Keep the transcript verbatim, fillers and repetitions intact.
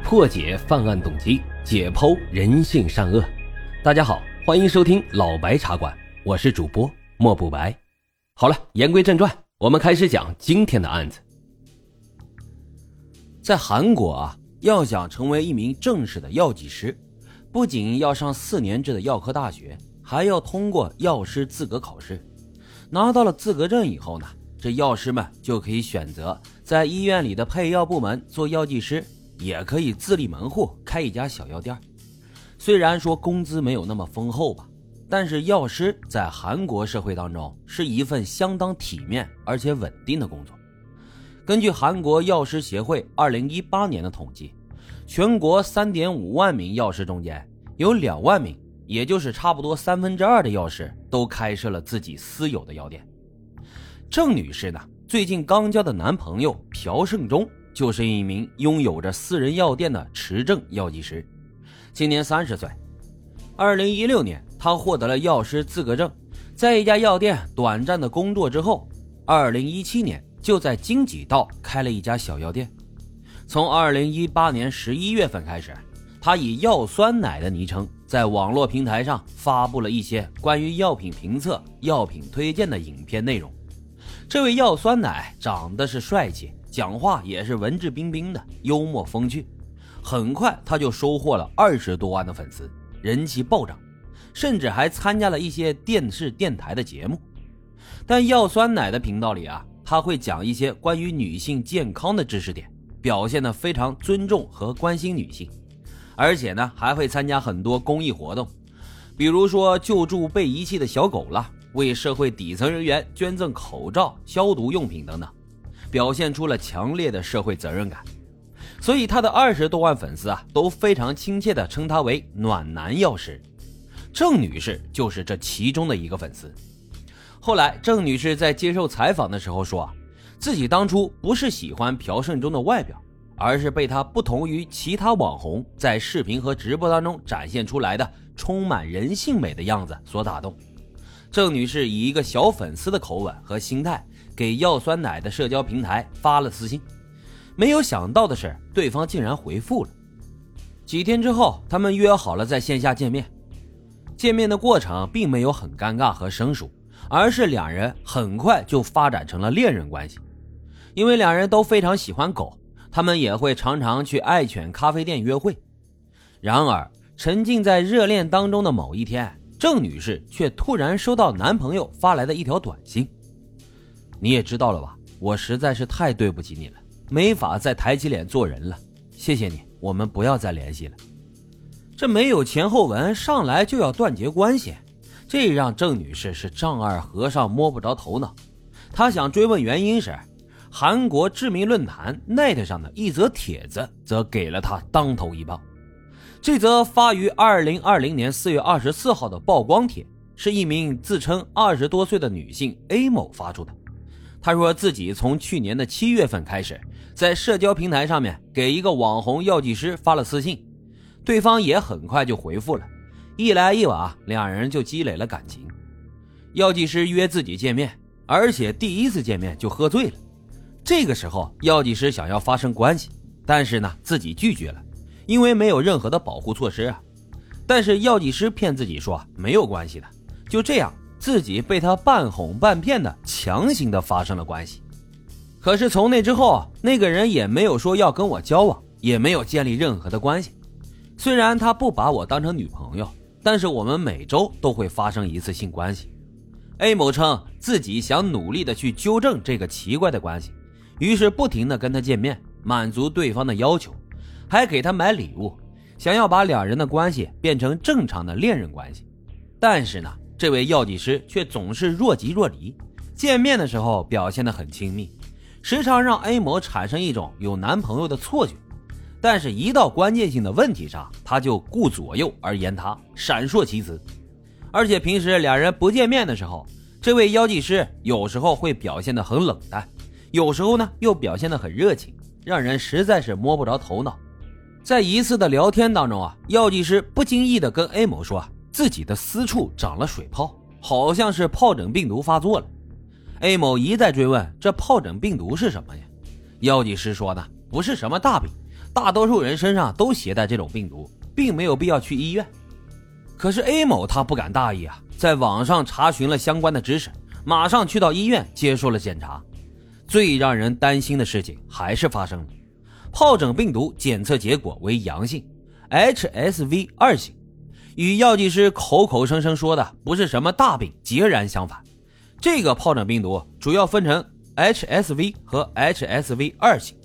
破解犯案动机，解剖人性善恶。大家好，欢迎收听老白茶馆，我是主播莫不白。好了，言归正传，我们开始讲今天的案子。 在韩国啊，要想成为一名正式的药剂师，不仅要上四年制的药科大学，还要通过药师资格考试。拿到了资格证以后呢，这药师们就可以选择在医院里的配药部门做药剂师，也可以自立门户开一家小药店。虽然说工资没有那么丰厚吧，但是药师在韩国社会当中是一份相当体面而且稳定的工作。根据韩国药师协会二零一八年的统计，全国 三点五万名药师中间有两万名，也就是差不多三分之二的药师都开设了自己私有的药店。郑女士呢，最近刚交的男朋友朴胜忠就是一名拥有着私人药店的持证药剂师，今年三十岁。二零一六年他获得了药师资格证，在一家药店短暂的工作之后，二零一七年就在京畿道开了一家小药店。从二零一八年十一月份开始，他以药酸奶的昵称在网络平台上发布了一些关于药品评测、药品推荐的影片内容。这位药酸奶长得是帅气，讲话也是文质彬彬的，幽默风趣。很快他就收获了二十多万的粉丝，人气暴涨，甚至还参加了一些电视电台的节目。但药酸奶的频道里啊，他会讲一些关于女性健康的知识点，表现得非常尊重和关心女性。而且呢，还会参加很多公益活动，比如说救助被遗弃的小狗了，为社会底层人员捐赠口罩、消毒用品等等，表现出了强烈的社会责任感。所以他的二十多万粉丝啊，都非常亲切地称他为暖男药师。郑女士就是这其中的一个粉丝。后来郑女士在接受采访的时候说啊，自己当初不是喜欢朴胜忠的外表，而是被他不同于其他网红在视频和直播当中展现出来的充满人性美的样子所打动。郑女士以一个小粉丝的口吻和心态给药酸奶的社交平台发了私信，没有想到的是对方竟然回复了。几天之后他们约好了在线下见面。见面的过程并没有很尴尬和生疏，而是两人很快就发展成了恋人关系。因为两人都非常喜欢狗，他们也会常常去爱犬咖啡店约会。然而沉浸在热恋当中的某一天，郑女士却突然收到男朋友发来的一条短信：你也知道了吧，我实在是太对不起你了，没法再抬起脸做人了，谢谢你，我们不要再联系了。这没有前后文，上来就要断绝关系，这让郑女士是丈二和尚摸不着头脑。她想追问原因时，韩国知名论坛 Net 上的一则帖子则给了她当头一棒。这则发于二零二零年四月二十四号的曝光帖，是一名自称二十多岁的女性 A 某发出的。她说自己从去年的七月份开始，在社交平台上面给一个网红药剂师发了私信，对方也很快就回复了，一来一往，两人就积累了感情。药剂师约自己见面，而且第一次见面就喝醉了。这个时候药剂师想要发生关系，但是呢自己拒绝了，因为没有任何的保护措施啊。但是药剂师骗自己说没有关系的，就这样自己被他半哄半骗的强行的发生了关系。可是从那之后，那个人也没有说要跟我交往，也没有建立任何的关系。虽然他不把我当成女朋友，但是我们每周都会发生一次性关系。 A 某称自己想努力的去纠正这个奇怪的关系，于是不停的跟他见面，满足对方的要求，还给他买礼物，想要把两人的关系变成正常的恋人关系。但是呢，这位药剂师却总是若即若离，见面的时候表现得很亲密，时常让 A 某产生一种有男朋友的错觉。但是一到关键性的问题上，他就顾左右而言他，闪烁其词。而且平时两人不见面的时候，这位药剂师有时候会表现得很冷淡，有时候呢又表现得很热情，让人实在是摸不着头脑。在一次的聊天当中啊，药剂师不经意地跟 A 某说自己的私处长了水泡，好像是疱疹病毒发作了。 A 某一再追问这疱疹病毒是什么呀，药剂师说呢，不是什么大病， 大多数人身上都携带这种病毒，并没有必要去医院。可是 A 某他不敢大意啊，在网上查询了相关的知识，马上去到医院接受了检查。最让人担心的事情还是发生了，疱疹病毒检测结果为阳性 H S V 二 型，与药剂师口口声声说的不是什么大病截然相反。这个疱疹病毒主要分成 H S V 和 H S V 二 型，